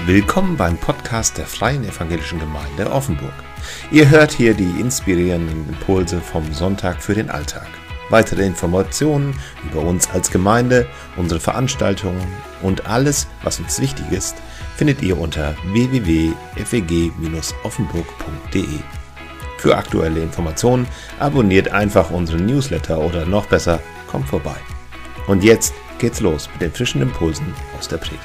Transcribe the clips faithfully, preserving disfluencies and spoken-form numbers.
Willkommen beim Podcast der Freien Evangelischen Gemeinde Offenburg. Ihr hört hier die inspirierenden Impulse vom Sonntag für den Alltag. Weitere Informationen über uns als Gemeinde, unsere Veranstaltungen und alles, was uns wichtig ist, findet ihr unter w w w punkt f e g Bindestrich offenburg punkt d e. Für aktuelle Informationen abonniert einfach unseren Newsletter oder noch besser, kommt vorbei. Und jetzt geht's los mit den frischen Impulsen aus der Predigt.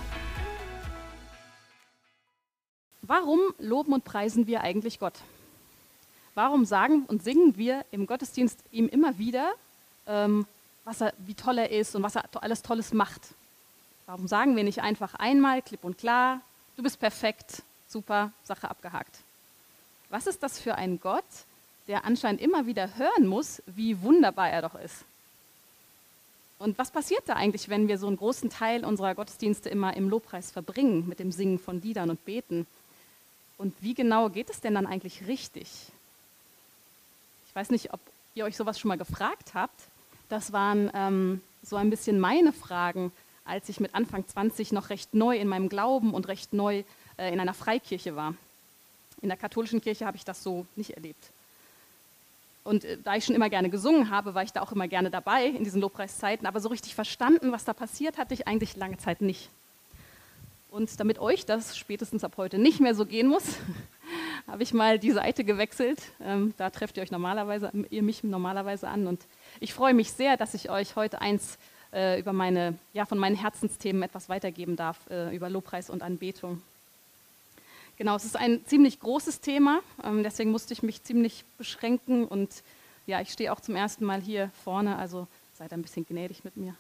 Warum loben und preisen wir eigentlich Gott? Warum sagen und singen wir im Gottesdienst ihm immer wieder, ähm, was er, wie toll er ist und was er alles Tolles macht? Warum sagen wir nicht einfach einmal klipp und klar, du bist perfekt, super, Sache abgehakt? Was ist das für ein Gott, der anscheinend immer wieder hören muss, wie wunderbar er doch ist? Und was passiert da eigentlich, wenn wir so einen großen Teil unserer Gottesdienste immer im Lobpreis verbringen, mit dem Singen von Liedern und Beten? Und wie genau geht es denn dann eigentlich richtig? Ich weiß nicht, ob ihr euch sowas schon mal gefragt habt. Das waren ähm, so ein bisschen meine Fragen, als ich mit Anfang zwanzig noch recht neu in meinem Glauben und recht neu äh, in einer Freikirche war. In der katholischen Kirche habe ich das so nicht erlebt. Und äh, da ich schon immer gerne gesungen habe, war ich da auch immer gerne dabei in diesen Lobpreiszeiten. Aber so richtig verstanden, was da passiert, hatte ich eigentlich lange Zeit nicht. Und damit euch das spätestens ab heute nicht mehr so gehen muss, habe ich mal die Seite gewechselt. Ähm, da trefft ihr euch normalerweise, ihr mich normalerweise an. Und ich freue mich sehr, dass ich euch heute eins äh, über meine, ja, von meinen Herzensthemen etwas weitergeben darf, äh, über Lobpreis und Anbetung. Genau, es ist ein ziemlich großes Thema, ähm, deswegen musste ich mich ziemlich beschränken. Und ja, ich stehe auch zum ersten Mal hier vorne, also seid ein bisschen gnädig mit mir.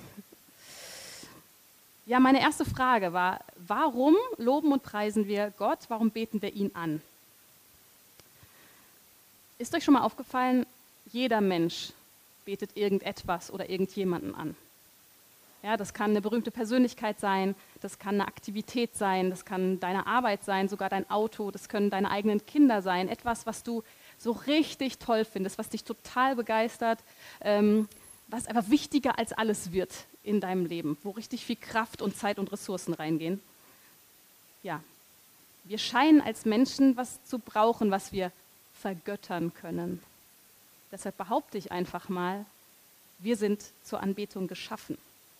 Ja, meine erste Frage war, warum loben und preisen wir Gott, warum beten wir ihn an? Ist euch schon mal aufgefallen, jeder Mensch betet irgendetwas oder irgendjemanden an. Ja, das kann eine berühmte Persönlichkeit sein, das kann eine Aktivität sein, das kann deine Arbeit sein, sogar dein Auto, das können deine eigenen Kinder sein, etwas, was du so richtig toll findest, was dich total begeistert, ähm, was einfach wichtiger als alles wird in deinem Leben, wo richtig viel Kraft und Zeit und Ressourcen reingehen. Ja, wir scheinen als Menschen was zu brauchen, was wir vergöttern können. Deshalb behaupte ich einfach mal, wir sind zur Anbetung geschaffen.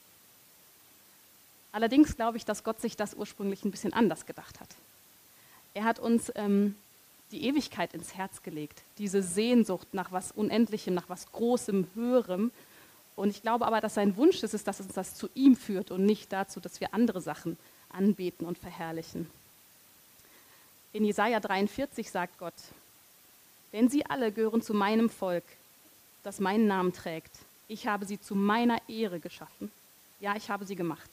Allerdings glaube ich, dass Gott sich das ursprünglich ein bisschen anders gedacht hat. Er hat uns ähm, die Ewigkeit ins Herz gelegt, diese Sehnsucht nach was Unendlichem, nach was Großem, Höherem. Und ich glaube aber, dass sein Wunsch ist, dass uns das zu ihm führt und nicht dazu, dass wir andere Sachen anbeten und verherrlichen. In Jesaja dreiundvierzig sagt Gott, denn sie alle gehören zu meinem Volk, das meinen Namen trägt. Ich habe sie zu meiner Ehre geschaffen. Ja, ich habe sie gemacht.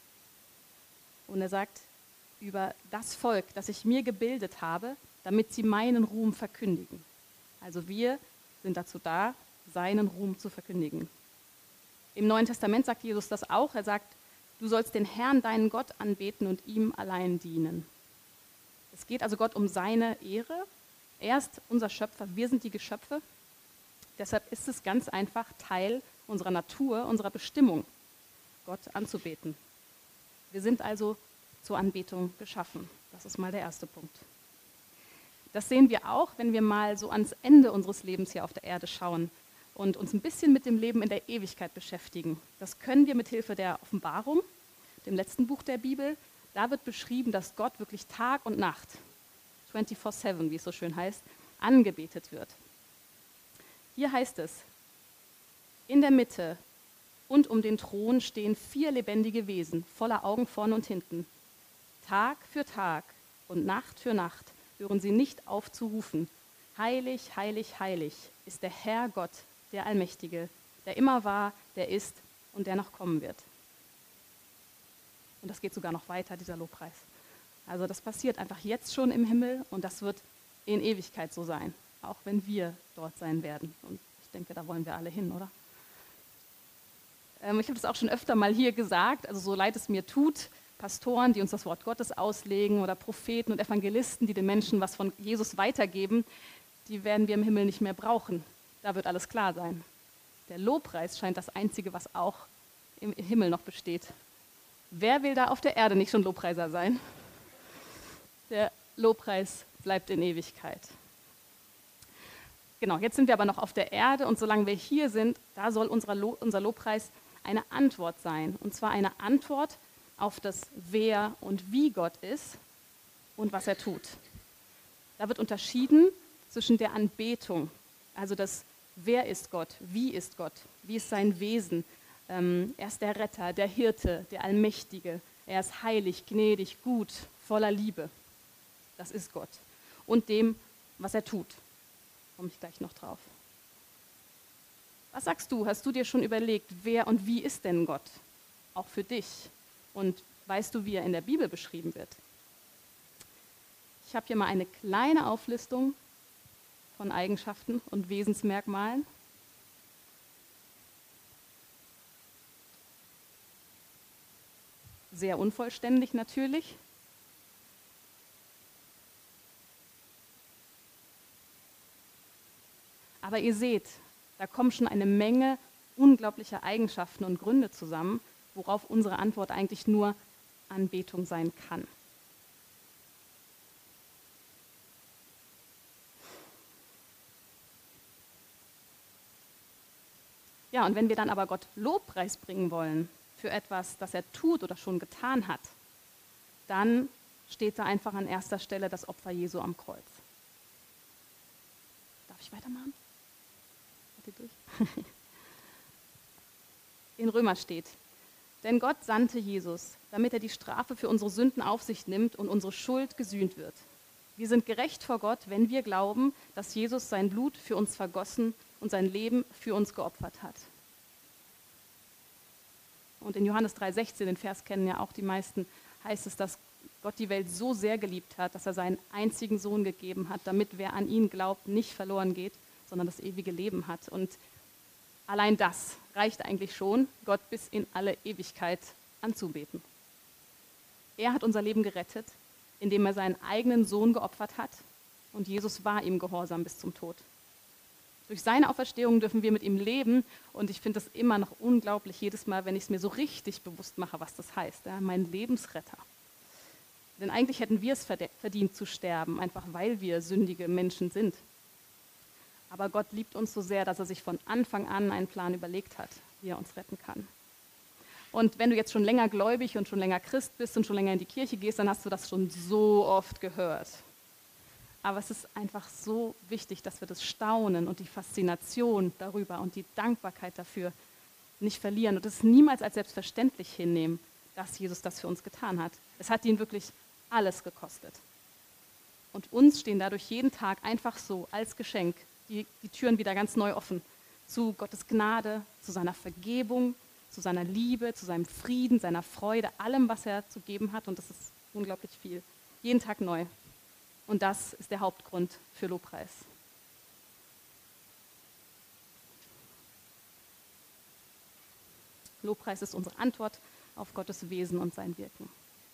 Und er sagt über das Volk, das ich mir gebildet habe, damit sie meinen Ruhm verkündigen. Also wir sind dazu da, seinen Ruhm zu verkündigen. Im Neuen Testament sagt Jesus das auch. Er sagt, du sollst den Herrn, deinen Gott, anbeten und ihm allein dienen. Es geht also Gott um seine Ehre. Er ist unser Schöpfer, wir sind die Geschöpfe. Deshalb ist es ganz einfach Teil unserer Natur, unserer Bestimmung, Gott anzubeten. Wir sind also zur Anbetung geschaffen. Das ist mal der erste Punkt. Das sehen wir auch, wenn wir mal so ans Ende unseres Lebens hier auf der Erde schauen und uns ein bisschen mit dem Leben in der Ewigkeit beschäftigen. Das können wir mit Hilfe der Offenbarung, dem letzten Buch der Bibel. Da wird beschrieben, dass Gott wirklich Tag und Nacht, vierundzwanzig sieben, wie es so schön heißt, angebetet wird. Hier heißt es, in der Mitte und um den Thron stehen vier lebendige Wesen, voller Augen vorne und hinten. Tag für Tag und Nacht für Nacht hören sie nicht auf zu rufen. Heilig, heilig, heilig ist der Herr Gott, der Allmächtige, der immer war, der ist und der noch kommen wird. Und das geht sogar noch weiter, dieser Lobpreis. Also das passiert einfach jetzt schon im Himmel und das wird in Ewigkeit so sein, auch wenn wir dort sein werden. Und ich denke, da wollen wir alle hin, oder? Ähm, ich habe das auch schon öfter mal hier gesagt, also so leid es mir tut, Pastoren, die uns das Wort Gottes auslegen oder Propheten und Evangelisten, die den Menschen was von Jesus weitergeben, die werden wir im Himmel nicht mehr brauchen. Da wird alles klar sein. Der Lobpreis scheint das Einzige, was auch im Himmel noch besteht. Wer will da auf der Erde nicht schon Lobpreiser sein? der Lobpreis bleibt in Ewigkeit. Genau, jetzt sind wir aber noch auf der Erde und solange wir hier sind, da soll unser, Lo- unser Lobpreis eine Antwort sein. Und zwar eine Antwort auf das, wer und wie Gott ist und was er tut. Da wird unterschieden zwischen der Anbetung, also das, wer ist Gott, wie ist Gott, wie ist sein Wesen. Ähm, er ist der Retter, der Hirte, der Allmächtige. Er ist heilig, gnädig, gut, voller Liebe. Das ist Gott. Und dem, was er tut. Komme ich gleich noch drauf. Was sagst du? Hast du dir schon überlegt, wer und wie ist denn Gott? Auch für dich. Und weißt du, wie er in der Bibel beschrieben wird? Ich habe hier mal eine kleine Auflistung von Eigenschaften und Wesensmerkmalen. Sehr unvollständig natürlich. Aber ihr seht, da kommen schon eine Menge unglaublicher Eigenschaften und Gründe zusammen, worauf unsere Antwort eigentlich nur Anbetung sein kann. Ja, und wenn wir dann aber Gott Lobpreis bringen wollen für etwas, das er tut oder schon getan hat, dann steht da einfach an erster Stelle das Opfer Jesu am Kreuz. Darf ich weitermachen? Seid ihr durch? In Römer steht, denn Gott sandte Jesus, damit er die Strafe für unsere Sünden auf sich nimmt und unsere Schuld gesühnt wird. Wir sind gerecht vor Gott, wenn wir glauben, dass Jesus sein Blut für uns vergossen und sein Leben für uns geopfert hat. Und in Johannes drei sechzehn, den Vers kennen ja auch die meisten, heißt es, dass Gott die Welt so sehr geliebt hat, dass er seinen einzigen Sohn gegeben hat, damit wer an ihn glaubt, nicht verloren geht, sondern das ewige Leben hat. Und allein das reicht eigentlich schon, Gott bis in alle Ewigkeit anzubeten. Er hat unser Leben gerettet, indem er seinen eigenen Sohn geopfert hat, und Jesus war ihm gehorsam bis zum Tod. Durch seine Auferstehung dürfen wir mit ihm leben, und ich finde das immer noch unglaublich, jedes Mal, wenn ich es mir so richtig bewusst mache, was das heißt, ja, mein Lebensretter. Denn eigentlich hätten wir es verdient zu sterben, einfach weil wir sündige Menschen sind. Aber Gott liebt uns so sehr, dass er sich von Anfang an einen Plan überlegt hat, wie er uns retten kann. Und wenn du jetzt schon länger gläubig und schon länger Christ bist und schon länger in die Kirche gehst, dann hast du das schon so oft gehört. Aber es ist einfach so wichtig, dass wir das Staunen und die Faszination darüber und die Dankbarkeit dafür nicht verlieren und es niemals als selbstverständlich hinnehmen, dass Jesus das für uns getan hat. Es hat ihn wirklich alles gekostet. Und uns stehen dadurch jeden Tag einfach so als Geschenk die, die Türen wieder ganz neu offen zu Gottes Gnade, zu seiner Vergebung, zu seiner Liebe, zu seinem Frieden, seiner Freude, allem, was er zu geben hat. Und das ist unglaublich viel. Jeden Tag neu. Und das ist der Hauptgrund für Lobpreis. Lobpreis ist unsere Antwort auf Gottes Wesen und sein Wirken.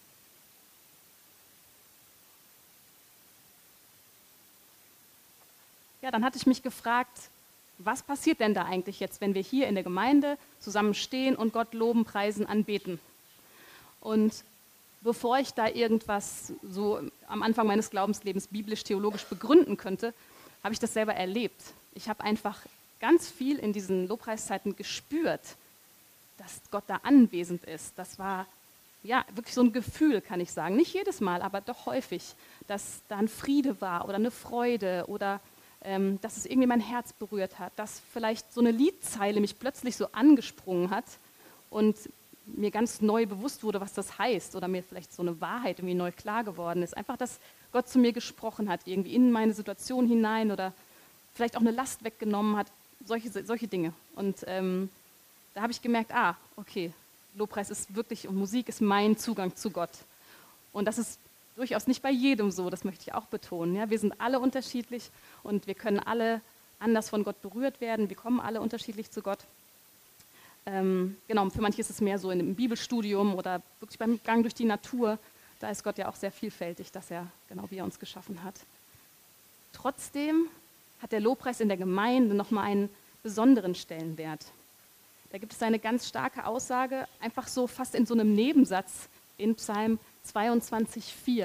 Ja, dann hatte ich mich gefragt, was passiert denn da eigentlich jetzt, wenn wir hier in der Gemeinde zusammen stehen und Gott loben, preisen, anbeten? Und bevor ich da irgendwas so am Anfang meines Glaubenslebens biblisch-theologisch begründen könnte, habe ich das selber erlebt. Ich habe einfach ganz viel in diesen Lobpreiszeiten gespürt, dass Gott da anwesend ist. Das war ja wirklich so ein Gefühl, kann ich sagen. Nicht jedes Mal, aber doch häufig, dass da ein Friede war oder eine Freude oder ähm, dass es irgendwie mein Herz berührt hat, dass vielleicht so eine Liedzeile mich plötzlich so angesprungen hat und mir ganz neu bewusst wurde, was das heißt, oder mir vielleicht so eine Wahrheit irgendwie neu klar geworden ist. Einfach, dass Gott zu mir gesprochen hat, irgendwie in meine Situation hinein oder vielleicht auch eine Last weggenommen hat, solche, solche Dinge. Und ähm, da habe ich gemerkt, ah, okay, Lobpreis ist wirklich und Musik ist mein Zugang zu Gott. Und das ist durchaus nicht bei jedem so, das möchte ich auch betonen. Ja? Wir sind alle unterschiedlich und wir können alle anders von Gott berührt werden. Wir kommen alle unterschiedlich zu Gott. Ähm, genau, für manche ist es mehr so in einem Bibelstudium oder wirklich beim Gang durch die Natur. Da ist Gott ja auch sehr vielfältig, dass er, genau wie er uns geschaffen hat. Trotzdem hat der Lobpreis in der Gemeinde nochmal einen besonderen Stellenwert. Da gibt es eine ganz starke Aussage, einfach so fast in so einem Nebensatz in Psalm zweiundzwanzig Vers vier.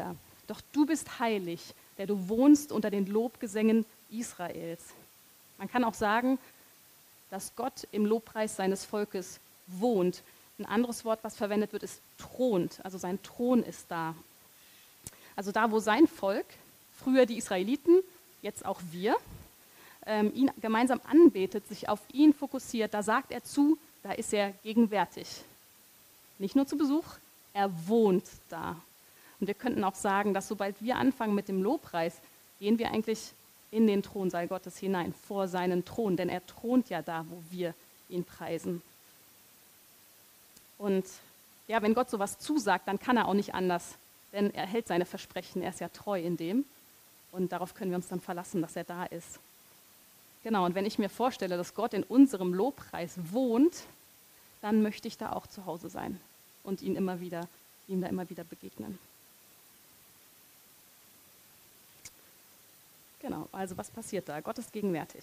Doch du bist heilig, der du wohnst unter den Lobgesängen Israels. Man kann auch sagen, dass Gott im Lobpreis seines Volkes wohnt. Ein anderes Wort, was verwendet wird, ist thront. Also sein Thron ist da. Also da, wo sein Volk, früher die Israeliten, jetzt auch wir, ähm, ihn gemeinsam anbetet, sich auf ihn fokussiert, da sagt er zu, da ist er gegenwärtig. Nicht nur zu Besuch, er wohnt da. Und wir könnten auch sagen, dass sobald wir anfangen mit dem Lobpreis, gehen wir eigentlich in den Thronsaal Gottes hinein, vor seinen Thron, denn er thront ja da, wo wir ihn preisen. Und ja, wenn Gott sowas zusagt, dann kann er auch nicht anders, denn er hält seine Versprechen, er ist ja treu in dem und darauf können wir uns dann verlassen, dass er da ist. Genau, und wenn ich mir vorstelle, dass Gott in unserem Lobpreis wohnt, dann möchte ich da auch zu Hause sein und ihn immer wieder, ihm da immer wieder begegnen. Genau, also was passiert da? Gott ist gegenwärtig.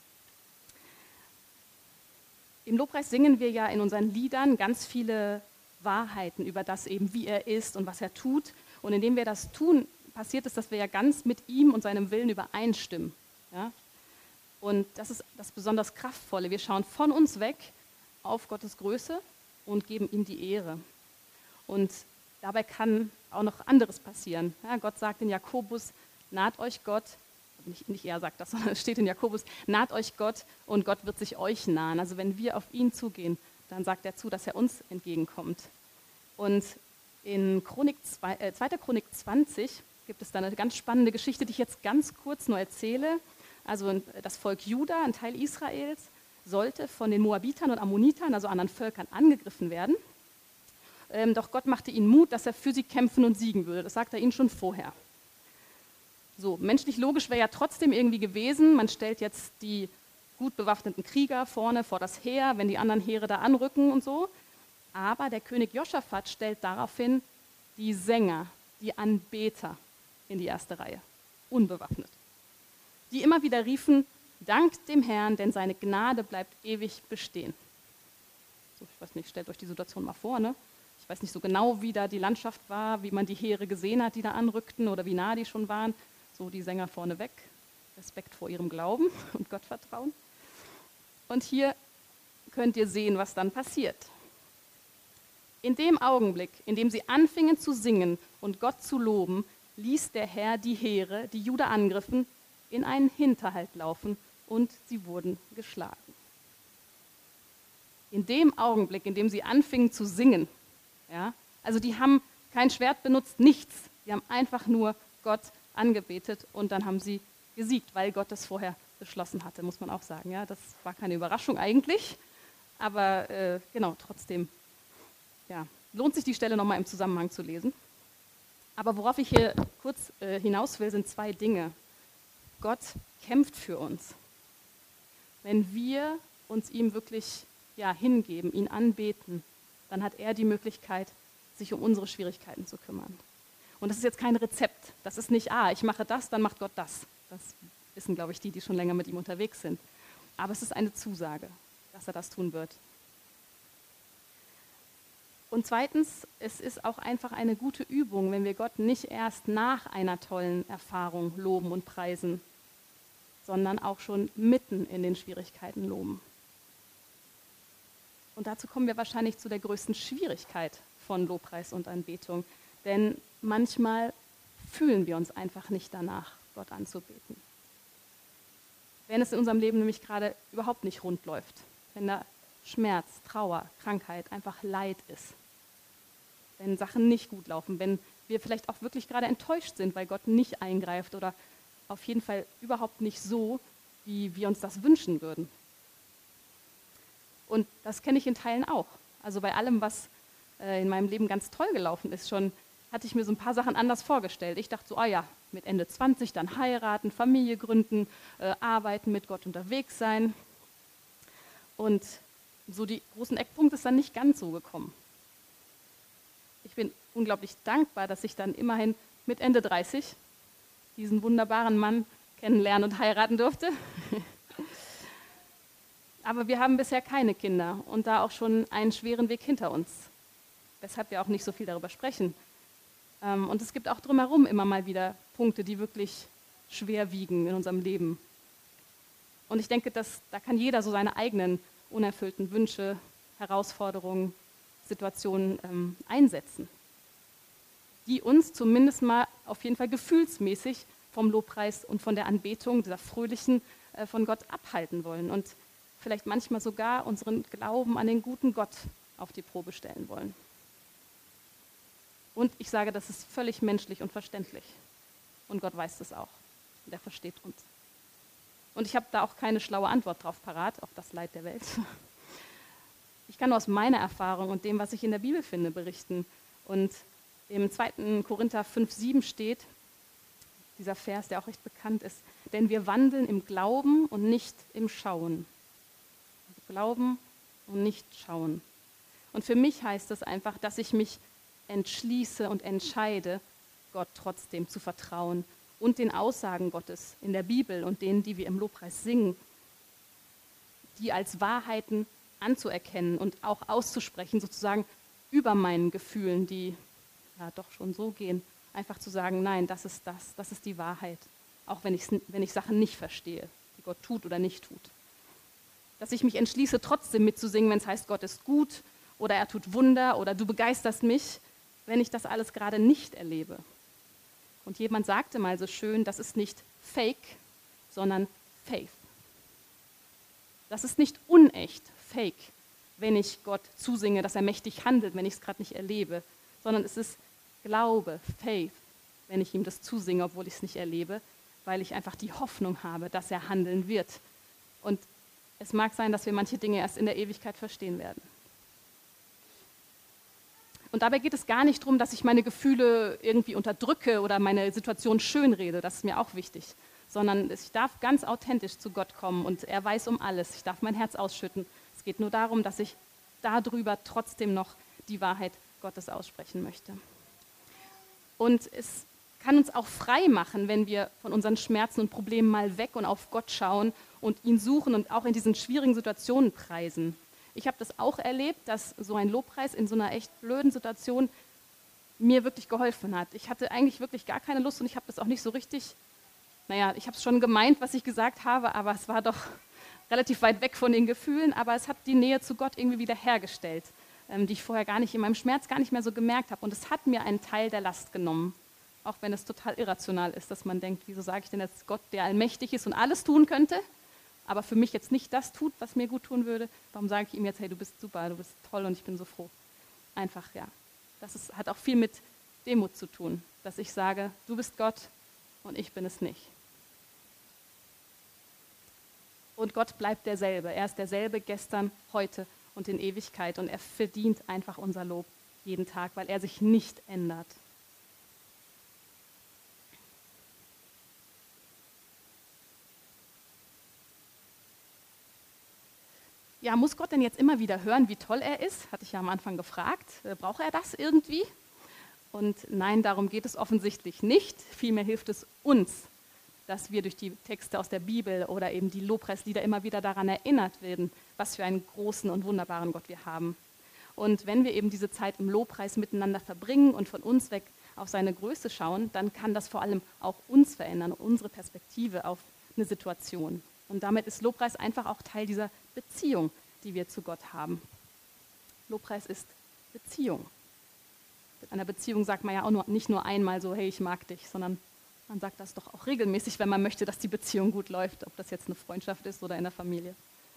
Im Lobpreis singen wir ja in unseren Liedern ganz viele Wahrheiten über das eben, wie er ist und was er tut. Und indem wir das tun, passiert es, dass wir ja ganz mit ihm und seinem Willen übereinstimmen. Ja? Und das ist das besonders Kraftvolle. Wir schauen von uns weg auf Gottes Größe und geben ihm die Ehre. Und dabei kann auch noch anderes passieren. Ja, Gott sagt in Jakobus, naht euch Gott, nicht, nicht er sagt das, sondern es steht in Jakobus, naht euch Gott und Gott wird sich euch nahen. Also wenn wir auf ihn zugehen, dann sagt er zu, dass er uns entgegenkommt. Und in Chronik zwei, äh, zweiter Chronik zwanzig gibt es da eine ganz spannende Geschichte, die ich jetzt ganz kurz nur erzähle. Also das Volk Juda, ein Teil Israels, sollte von den Moabitern und Ammonitern, also anderen Völkern, angegriffen werden. Ähm, doch Gott machte ihnen Mut, dass er für sie kämpfen und siegen würde. Das sagt er ihnen schon vorher. So, menschlich logisch wäre ja trotzdem irgendwie gewesen, man stellt jetzt die gut bewaffneten Krieger vorne vor das Heer, wenn die anderen Heere da anrücken und so. Aber der König Josaphat stellt daraufhin die Sänger, die Anbeter in die erste Reihe, unbewaffnet. Die immer wieder riefen, dankt dem Herrn, denn seine Gnade bleibt ewig bestehen. So, ich weiß nicht, stellt euch die Situation mal vor, ne? Ich weiß nicht so genau, wie da die Landschaft war, wie man die Heere gesehen hat, die da anrückten oder wie nah die schon waren. So die Sänger vorneweg, Respekt vor ihrem Glauben und Gottvertrauen. Und hier könnt ihr sehen, was dann passiert. In dem Augenblick, in dem sie anfingen zu singen und Gott zu loben, ließ der Herr die Heere, die Juda angriffen, in einen Hinterhalt laufen und sie wurden geschlagen. In dem Augenblick, in dem sie anfingen zu singen, ja, also die haben kein Schwert benutzt, nichts, die haben einfach nur Gott angebetet und dann haben sie gesiegt, weil Gott das vorher beschlossen hatte, muss man auch sagen. Ja, das war keine Überraschung eigentlich, aber äh, genau, trotzdem ja, lohnt sich die Stelle nochmal im Zusammenhang zu lesen. Aber worauf ich hier kurz äh, hinaus will, sind zwei Dinge. Gott kämpft für uns. Wenn wir uns ihm wirklich ja, hingeben, ihn anbeten, dann hat er die Möglichkeit, sich um unsere Schwierigkeiten zu kümmern. Und das ist jetzt kein Rezept. Das ist nicht, ah, ich mache das, dann macht Gott das. Das wissen, glaube ich, die, die schon länger mit ihm unterwegs sind. Aber es ist eine Zusage, dass er das tun wird. Und zweitens, es ist auch einfach eine gute Übung, wenn wir Gott nicht erst nach einer tollen Erfahrung loben und preisen, sondern auch schon mitten in den Schwierigkeiten loben. Und dazu kommen wir wahrscheinlich zu der größten Schwierigkeit von Lobpreis und Anbetung. Denn manchmal fühlen wir uns einfach nicht danach, Gott anzubeten. Wenn es in unserem Leben nämlich gerade überhaupt nicht rund läuft, wenn da Schmerz, Trauer, Krankheit, einfach Leid ist, wenn Sachen nicht gut laufen, wenn wir vielleicht auch wirklich gerade enttäuscht sind, weil Gott nicht eingreift oder auf jeden Fall überhaupt nicht so, wie wir uns das wünschen würden. Und das kenne ich in Teilen auch. Also bei allem, was äh, in meinem Leben ganz toll gelaufen ist, schon hatte ich mir so ein paar Sachen anders vorgestellt. Ich dachte so, ah ja, mit Ende zwanzig dann heiraten, Familie gründen, äh, arbeiten, mit Gott unterwegs sein. Und so die großen Eckpunkte ist dann nicht ganz so gekommen. Ich bin unglaublich dankbar, dass ich dann immerhin mit Ende dreißig diesen wunderbaren Mann kennenlernen und heiraten durfte. Aber wir haben bisher keine Kinder und da auch schon einen schweren Weg hinter uns, weshalb wir auch nicht so viel darüber sprechen. Ähm, und es gibt auch drumherum immer mal wieder Punkte, die wirklich schwer wiegen in unserem Leben. Und ich denke, dass, da kann jeder so seine eigenen unerfüllten Wünsche, Herausforderungen, Situationen ähm, einsetzen, die uns zumindest mal auf jeden Fall gefühlsmäßig vom Lobpreis und von der Anbetung, dieser fröhlichen, äh, von Gott abhalten wollen und vielleicht manchmal sogar unseren Glauben an den guten Gott auf die Probe stellen wollen. Und ich sage, das ist völlig menschlich und verständlich. Und Gott weiß das auch. Und er versteht uns. Und ich habe da auch keine schlaue Antwort drauf parat, auf das Leid der Welt. Ich kann nur aus meiner Erfahrung und dem, was ich in der Bibel finde, berichten. Und im zweiten Korinther fünf sieben steht, dieser Vers, der auch recht bekannt ist, denn wir wandeln im Glauben und nicht im Schauen. Also Glauben und nicht Schauen. Und für mich heißt das einfach, dass ich mich entschließe und entscheide, Gott trotzdem zu vertrauen und den Aussagen Gottes in der Bibel und denen, die wir im Lobpreis singen, die als Wahrheiten anzuerkennen und auch auszusprechen, sozusagen über meinen Gefühlen, die ja doch schon so gehen, einfach zu sagen, nein, das ist das, das ist die Wahrheit, auch wenn ich, wenn ich Sachen nicht verstehe, die Gott tut oder nicht tut. Dass ich mich entschließe, trotzdem mitzusingen, wenn es heißt, Gott ist gut oder er tut Wunder oder du begeisterst mich, wenn ich das alles gerade nicht erlebe. Und jemand sagte mal so schön, das ist nicht Fake, sondern Faith. Das ist nicht unecht, Fake, wenn ich Gott zusinge, dass er mächtig handelt, wenn ich es gerade nicht erlebe, sondern es ist Glaube, Faith, wenn ich ihm das zusinge, obwohl ich es nicht erlebe, weil ich einfach die Hoffnung habe, dass er handeln wird. Und es mag sein, dass wir manche Dinge erst in der Ewigkeit verstehen werden. Und dabei geht es gar nicht darum, dass ich meine Gefühle irgendwie unterdrücke oder meine Situation schönrede, das ist mir auch wichtig, sondern ich darf ganz authentisch zu Gott kommen und er weiß um alles, ich darf mein Herz ausschütten. Es geht nur darum, dass ich darüber trotzdem noch die Wahrheit Gottes aussprechen möchte. Und es kann uns auch frei machen, wenn wir von unseren Schmerzen und Problemen mal weg und auf Gott schauen und ihn suchen und auch in diesen schwierigen Situationen preisen. Ich habe das auch erlebt, dass so ein Lobpreis in so einer echt blöden Situation mir wirklich geholfen hat. Ich hatte eigentlich wirklich gar keine Lust und ich habe das auch nicht so richtig, naja, ich habe es schon gemeint, was ich gesagt habe, aber es war doch relativ weit weg von den Gefühlen, aber es hat die Nähe zu Gott irgendwie wieder hergestellt, ähm, die ich vorher gar nicht in meinem Schmerz gar nicht mehr so gemerkt habe. Und es hat mir einen Teil der Last genommen, auch wenn es total irrational ist, dass man denkt, wieso sage ich denn, dass Gott, der allmächtig ist und alles tun könnte, aber für mich jetzt nicht das tut, was mir gut tun würde, warum sage ich ihm jetzt, hey, du bist super, du bist toll und ich bin so froh. Einfach, ja. Das ist, hat auch viel mit Demut zu tun, dass ich sage, du bist Gott und ich bin es nicht. Und Gott bleibt derselbe. Er ist derselbe gestern, heute und in Ewigkeit und er verdient einfach unser Lob jeden Tag, weil er sich nicht ändert. Ja, muss Gott denn jetzt immer wieder hören, wie toll er ist? Hatte ich ja am Anfang gefragt. Äh, braucht er das irgendwie? Und nein, darum geht es offensichtlich nicht. Vielmehr hilft es uns, dass wir durch die Texte aus der Bibel oder eben die Lobpreislieder immer wieder daran erinnert werden, was für einen großen und wunderbaren Gott wir haben. Und wenn wir eben diese Zeit im Lobpreis miteinander verbringen und von uns weg auf seine Größe schauen, dann kann das vor allem auch uns verändern, unsere Perspektive auf eine Situation. Und damit ist Lobpreis einfach auch Teil dieser Beziehung, die wir zu Gott haben. Lobpreis ist Beziehung. In einer Beziehung sagt man ja auch nur, nicht nur einmal so, hey, ich mag dich, sondern man sagt das doch auch regelmäßig, wenn man möchte, dass die Beziehung gut läuft, ob das jetzt eine Freundschaft ist oder in der Familie.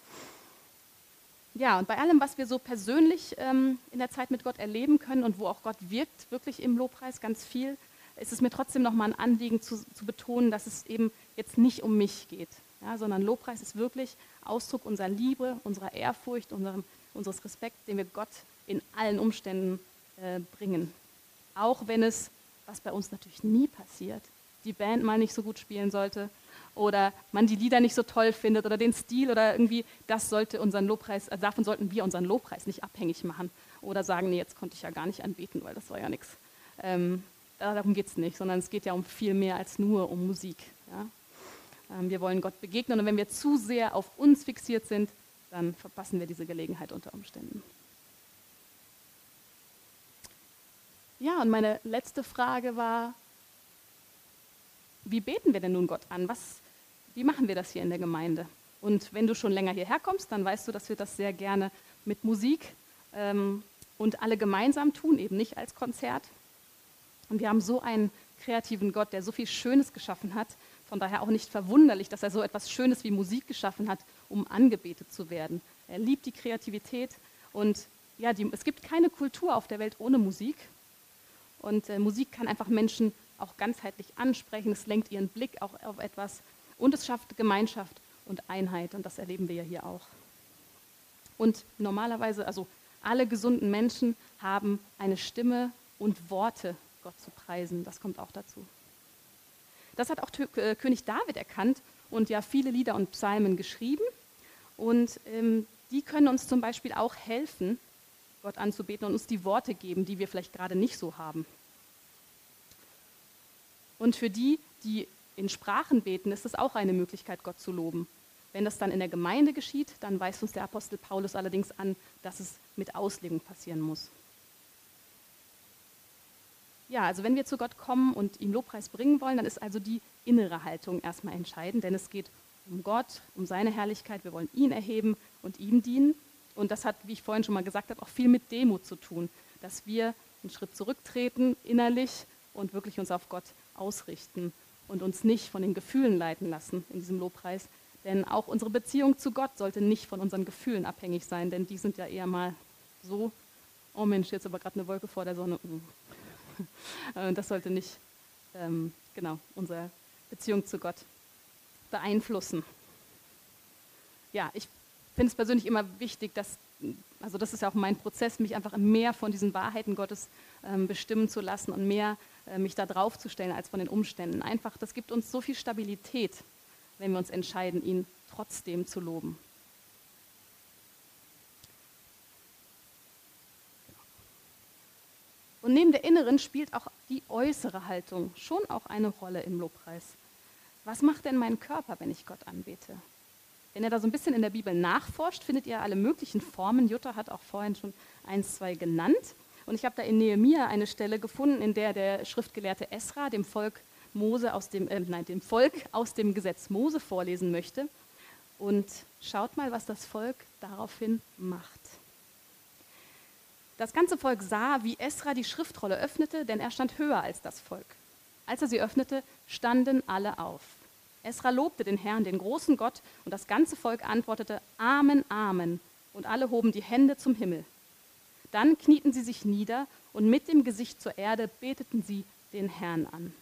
Ja, und bei allem, was wir so persönlich ähm, in der Zeit mit Gott erleben können und wo auch Gott wirkt, wirklich im Lobpreis ganz viel, ist es mir trotzdem nochmal ein Anliegen zu, zu betonen, dass es eben jetzt nicht um mich geht. Ja, sondern Lobpreis ist wirklich Ausdruck unserer Liebe, unserer Ehrfurcht, unserem, unseres Respekts, den wir Gott in allen Umständen äh, bringen. Auch wenn es, was bei uns natürlich nie passiert, die Band mal nicht so gut spielen sollte oder man die Lieder nicht so toll findet oder den Stil oder irgendwie, das sollte unseren Lobpreis, äh, davon sollten wir unseren Lobpreis nicht abhängig machen oder sagen, nee, jetzt konnte ich ja gar nicht anbeten, weil das war ja nichts. Ähm, darum geht es nicht, sondern es geht ja um viel mehr als nur um Musik. Ja? Wir wollen Gott begegnen und wenn wir zu sehr auf uns fixiert sind, dann verpassen wir diese Gelegenheit unter Umständen. Ja, und meine letzte Frage war, wie beten wir denn nun Gott an? Was, wie machen wir das hier in der Gemeinde? Und wenn du schon länger hierher kommst, dann weißt du, dass wir das sehr gerne mit Musik ähm, und alle gemeinsam tun, eben nicht als Konzert. Und wir haben so einen kreativen Gott, der so viel Schönes geschaffen hat. Von daher auch nicht verwunderlich, dass er so etwas Schönes wie Musik geschaffen hat, um angebetet zu werden. Er liebt die Kreativität und ja, die, es gibt keine Kultur auf der Welt ohne Musik. Und äh, Musik kann einfach Menschen auch ganzheitlich ansprechen. Es lenkt ihren Blick auch auf etwas und es schafft Gemeinschaft und Einheit. Und das erleben wir ja hier auch. Und normalerweise, also alle gesunden Menschen haben eine Stimme und Worte, Gott zu preisen. Das kommt auch dazu. Das hat auch äh, König David erkannt und ja viele Lieder und Psalmen geschrieben. Und ähm, die können uns zum Beispiel auch helfen, Gott anzubeten und uns die Worte geben, die wir vielleicht gerade nicht so haben. Und für die, die in Sprachen beten, ist es auch eine Möglichkeit, Gott zu loben. Wenn das dann in der Gemeinde geschieht, dann weist uns der Apostel Paulus allerdings an, dass es mit Auslegung passieren muss. Ja, also wenn wir zu Gott kommen und ihm Lobpreis bringen wollen, dann ist also die innere Haltung erstmal entscheidend, denn es geht um Gott, um seine Herrlichkeit, wir wollen ihn erheben und ihm dienen. Und das hat, wie ich vorhin schon mal gesagt habe, auch viel mit Demut zu tun, dass wir einen Schritt zurücktreten innerlich und wirklich uns auf Gott ausrichten und uns nicht von den Gefühlen leiten lassen in diesem Lobpreis. Denn auch unsere Beziehung zu Gott sollte nicht von unseren Gefühlen abhängig sein, denn die sind ja eher mal so, oh Mensch, jetzt aber gerade eine Wolke vor der Sonne. Das sollte nicht ähm, genau, unsere Beziehung zu Gott beeinflussen. Ja, ich finde es persönlich immer wichtig, dass, also das ist ja auch mein Prozess, mich einfach mehr von diesen Wahrheiten Gottes ähm, bestimmen zu lassen und mehr äh, mich da drauf zu stellen als von den Umständen. Einfach, das gibt uns so viel Stabilität, wenn wir uns entscheiden, ihn trotzdem zu loben. Und neben der inneren spielt auch die äußere Haltung schon auch eine Rolle im Lobpreis. Was macht denn mein Körper, wenn ich Gott anbete? Wenn ihr da so ein bisschen in der Bibel nachforscht, findet ihr alle möglichen Formen. Jutta hat auch vorhin schon eins, zwei genannt. Und ich habe da in Nehemia eine Stelle gefunden, in der der Schriftgelehrte Esra dem Volk Mose aus dem, äh, nein, dem Volk aus dem Gesetz Mose vorlesen möchte. Und schaut mal, was das Volk daraufhin macht. Das ganze Volk sah, wie Esra die Schriftrolle öffnete, denn er stand höher als das Volk. Als er sie öffnete, standen alle auf. Esra lobte den Herrn, den großen Gott, und das ganze Volk antwortete Amen, Amen, und alle hoben die Hände zum Himmel. Dann knieten sie sich nieder und mit dem Gesicht zur Erde beteten sie den Herrn an.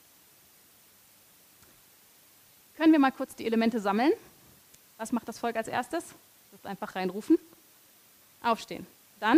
Können wir mal kurz die Elemente sammeln? Was macht das Volk als erstes? Das einfach reinrufen. Aufstehen. Dann,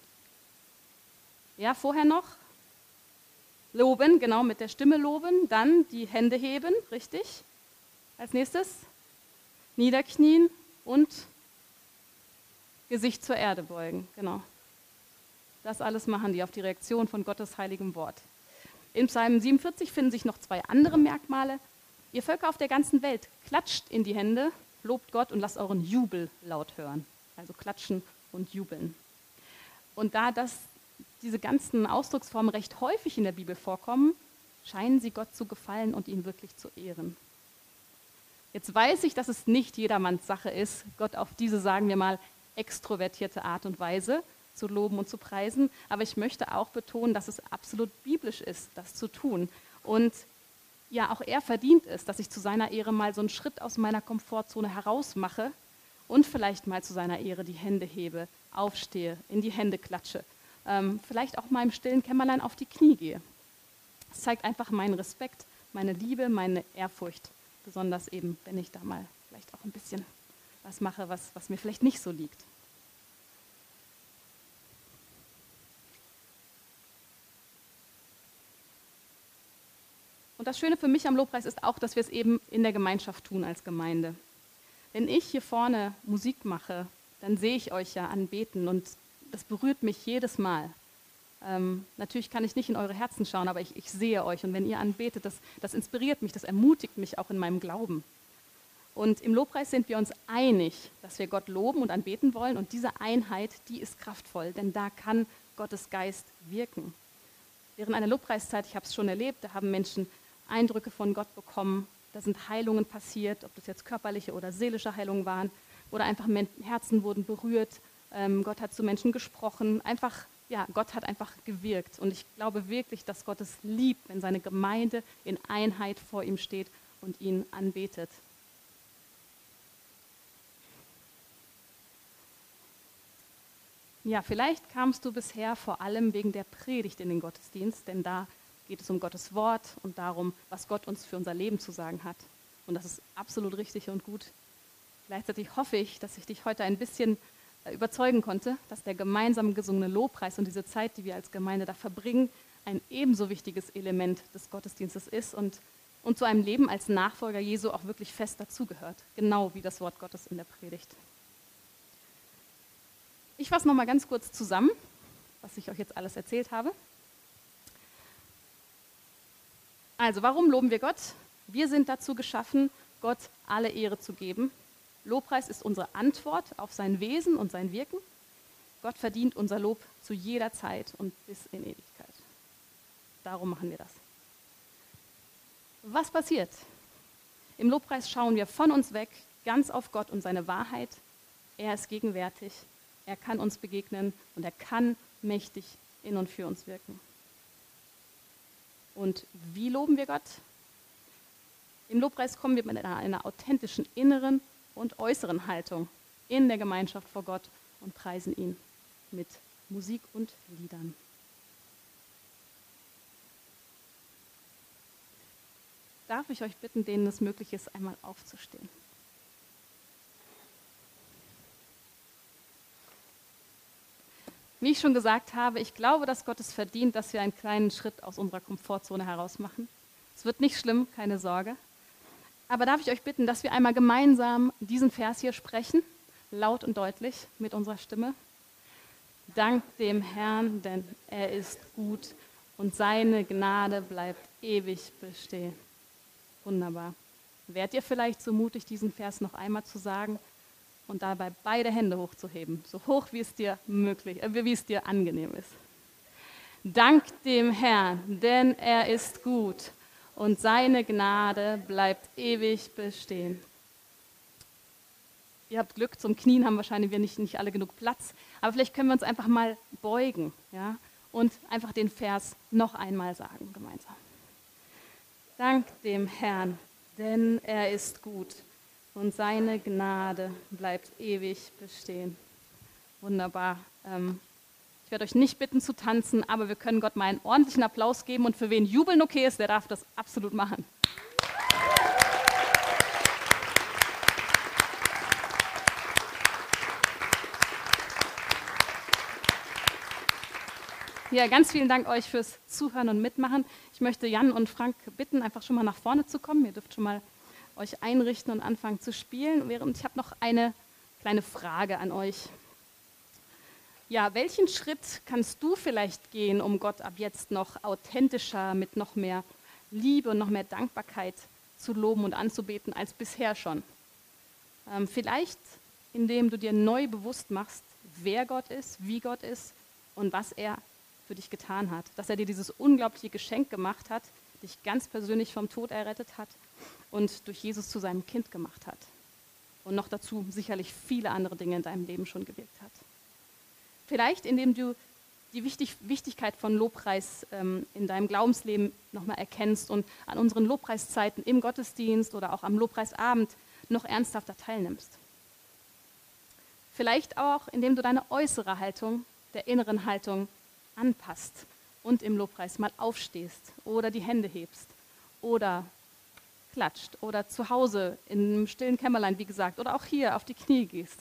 ja, vorher noch loben, genau, mit der Stimme loben. Dann die Hände heben, richtig. Als nächstes niederknien und Gesicht zur Erde beugen, genau. Das alles machen die auf die Reaktion von Gottes heiligem Wort. In Psalm siebenundvierzig finden sich noch zwei andere Merkmale. Ihr Völker auf der ganzen Welt, klatscht in die Hände, lobt Gott und lasst euren Jubel laut hören. Also klatschen und jubeln. Und da das, diese ganzen Ausdrucksformen recht häufig in der Bibel vorkommen, scheinen sie Gott zu gefallen und ihn wirklich zu ehren. Jetzt weiß ich, dass es nicht jedermanns Sache ist, Gott auf diese, sagen wir mal, extrovertierte Art und Weise zu loben und zu preisen. Aber ich möchte auch betonen, dass es absolut biblisch ist, das zu tun. Und ja, auch er verdient es, dass ich zu seiner Ehre mal so einen Schritt aus meiner Komfortzone herausmache und vielleicht mal zu seiner Ehre die Hände hebe, aufstehe, in die Hände klatsche, ähm, vielleicht auch mal im stillen Kämmerlein auf die Knie gehe. Es zeigt einfach meinen Respekt, meine Liebe, meine Ehrfurcht, besonders eben, wenn ich da mal vielleicht auch ein bisschen was mache, was, was mir vielleicht nicht so liegt. Und das Schöne für mich am Lobpreis ist auch, dass wir es eben in der Gemeinschaft tun als Gemeinde. Wenn ich hier vorne Musik mache, dann sehe ich euch ja anbeten und das berührt mich jedes Mal. Ähm, natürlich kann ich nicht in eure Herzen schauen, aber ich, ich sehe euch und wenn ihr anbetet, das, das inspiriert mich, das ermutigt mich auch in meinem Glauben. Und im Lobpreis sind wir uns einig, dass wir Gott loben und anbeten wollen und diese Einheit, die ist kraftvoll, denn da kann Gottes Geist wirken. Während einer Lobpreiszeit, ich habe es schon erlebt, da haben Menschen Eindrücke von Gott bekommen, da sind Heilungen passiert, ob das jetzt körperliche oder seelische Heilungen waren, oder einfach Herzen wurden berührt, ähm, Gott hat zu Menschen gesprochen, einfach, ja, Gott hat einfach gewirkt. Und ich glaube wirklich, dass Gott es liebt, wenn seine Gemeinde in Einheit vor ihm steht und ihn anbetet. Ja, vielleicht kamst du bisher vor allem wegen der Predigt in den Gottesdienst, denn da geht es um Gottes Wort und darum, was Gott uns für unser Leben zu sagen hat. Und das ist absolut richtig und gut. Gleichzeitig hoffe ich, dass ich dich heute ein bisschen überzeugen konnte, dass der gemeinsam gesungene Lobpreis und diese Zeit, die wir als Gemeinde da verbringen, ein ebenso wichtiges Element des Gottesdienstes ist und, und zu einem Leben als Nachfolger Jesu auch wirklich fest dazugehört, genau wie das Wort Gottes in der Predigt. Ich fasse nochmal ganz kurz zusammen, was ich euch jetzt alles erzählt habe. Also, warum loben wir Gott? Wir sind dazu geschaffen, Gott alle Ehre zu geben. Lobpreis ist unsere Antwort auf sein Wesen und sein Wirken. Gott verdient unser Lob zu jeder Zeit und bis in Ewigkeit. Darum machen wir das. Was passiert? Im Lobpreis schauen wir von uns weg, ganz auf Gott und seine Wahrheit. Er ist gegenwärtig, er kann uns begegnen und er kann mächtig in und für uns wirken. Und wie loben wir Gott? Im Lobpreis kommen wir mit einer, einer authentischen inneren und äußeren Haltung in der Gemeinschaft vor Gott und preisen ihn mit Musik und Liedern. Darf ich euch bitten, denen es möglich ist, einmal aufzustehen? Wie ich schon gesagt habe, ich glaube, dass Gott es verdient, dass wir einen kleinen Schritt aus unserer Komfortzone heraus machen. Es wird nicht schlimm, keine Sorge. Aber darf ich euch bitten, dass wir einmal gemeinsam diesen Vers hier sprechen, laut und deutlich mit unserer Stimme. Dank dem Herrn, denn er ist gut und seine Gnade bleibt ewig bestehen. Wunderbar. Wärt ihr vielleicht so mutig, diesen Vers noch einmal zu sagen und dabei beide Hände hochzuheben, so hoch wie es dir möglich, äh, wie es dir angenehm ist. Dank dem Herrn, denn er ist gut und seine Gnade bleibt ewig bestehen. Ihr habt Glück, zum Knien haben wahrscheinlich wir nicht, nicht alle genug Platz, aber vielleicht können wir uns einfach mal beugen, ja, und einfach den Vers noch einmal sagen gemeinsam. Dank dem Herrn, denn er ist gut und seine Gnade bleibt ewig bestehen. Wunderbar. Ähm, Ich werde euch nicht bitten zu tanzen, aber wir können Gott mal einen ordentlichen Applaus geben und für wen Jubeln okay ist, der darf das absolut machen. Ja, ganz vielen Dank euch fürs Zuhören und Mitmachen. Ich möchte Jan und Frank bitten, einfach schon mal nach vorne zu kommen. Ihr dürft schon mal euch einrichten und anfangen zu spielen. Und ich habe noch eine kleine Frage an euch. Ja, welchen Schritt kannst du vielleicht gehen, um Gott ab jetzt noch authentischer, mit noch mehr Liebe und noch mehr Dankbarkeit zu loben und anzubeten als bisher schon? Ähm, vielleicht, indem du dir neu bewusst machst, wer Gott ist, wie Gott ist und was er für dich getan hat. Dass er dir dieses unglaubliche Geschenk gemacht hat, dich ganz persönlich vom Tod errettet hat und durch Jesus zu seinem Kind gemacht hat. Und noch dazu sicherlich viele andere Dinge in deinem Leben schon gewirkt hat. Vielleicht, indem du die Wichtig- Wichtigkeit von Lobpreis ähm, in deinem Glaubensleben nochmal erkennst und an unseren Lobpreiszeiten im Gottesdienst oder auch am Lobpreisabend noch ernsthafter teilnimmst. Vielleicht auch, indem du deine äußere Haltung der inneren Haltung anpasst und im Lobpreis mal aufstehst oder die Hände hebst oder klatscht oder zu Hause in einem stillen Kämmerlein, wie gesagt, oder auch hier auf die Knie gehst.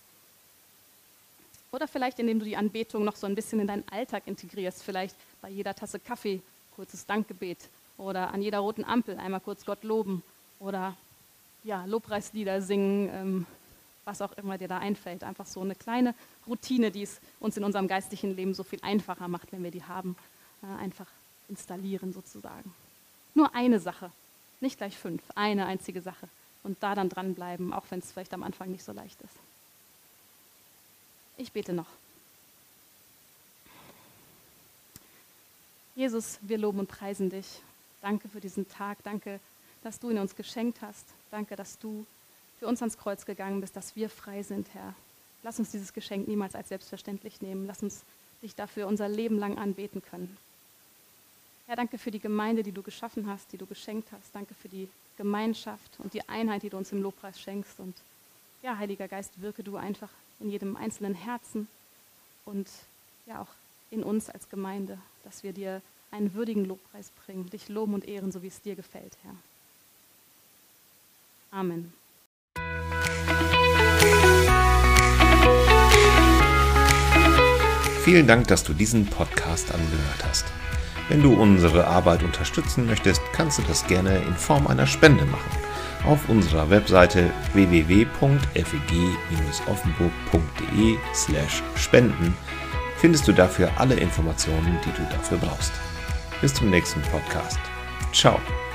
Oder vielleicht, indem du die Anbetung noch so ein bisschen in deinen Alltag integrierst, vielleicht bei jeder Tasse Kaffee kurzes Dankgebet oder an jeder roten Ampel einmal kurz Gott loben oder ja, Lobpreislieder singen, ähm, was auch immer dir da einfällt. Einfach so eine kleine Routine, die es uns in unserem geistlichen Leben so viel einfacher macht, wenn wir die haben, äh, einfach installieren sozusagen. Nur eine Sache, nicht gleich fünf, eine einzige Sache und da dann dranbleiben, auch wenn es vielleicht am Anfang nicht so leicht ist. Ich bete noch. Jesus, wir loben und preisen dich. Danke für diesen Tag. Danke, dass du ihn uns geschenkt hast. Danke, dass du für uns ans Kreuz gegangen bist, dass wir frei sind, Herr. Lass uns dieses Geschenk niemals als selbstverständlich nehmen. Lass uns dich dafür unser Leben lang anbeten können. Herr, danke für die Gemeinde, die du geschaffen hast, die du geschenkt hast. Danke für die Gemeinschaft und die Einheit, die du uns im Lobpreis schenkst. Und ja, Heiliger Geist, wirke du einfach in jedem einzelnen Herzen und ja auch in uns als Gemeinde, dass wir dir einen würdigen Lobpreis bringen, dich loben und ehren, so wie es dir gefällt, Herr. Amen. Vielen Dank, dass du diesen Podcast angehört hast. Wenn du unsere Arbeit unterstützen möchtest, kannst du das gerne in Form einer Spende machen. Auf unserer Webseite w w w punkt f e g bindestrich offenburg punkt d e slash spenden findest du dafür alle Informationen, die du dafür brauchst. Bis zum nächsten Podcast. Ciao.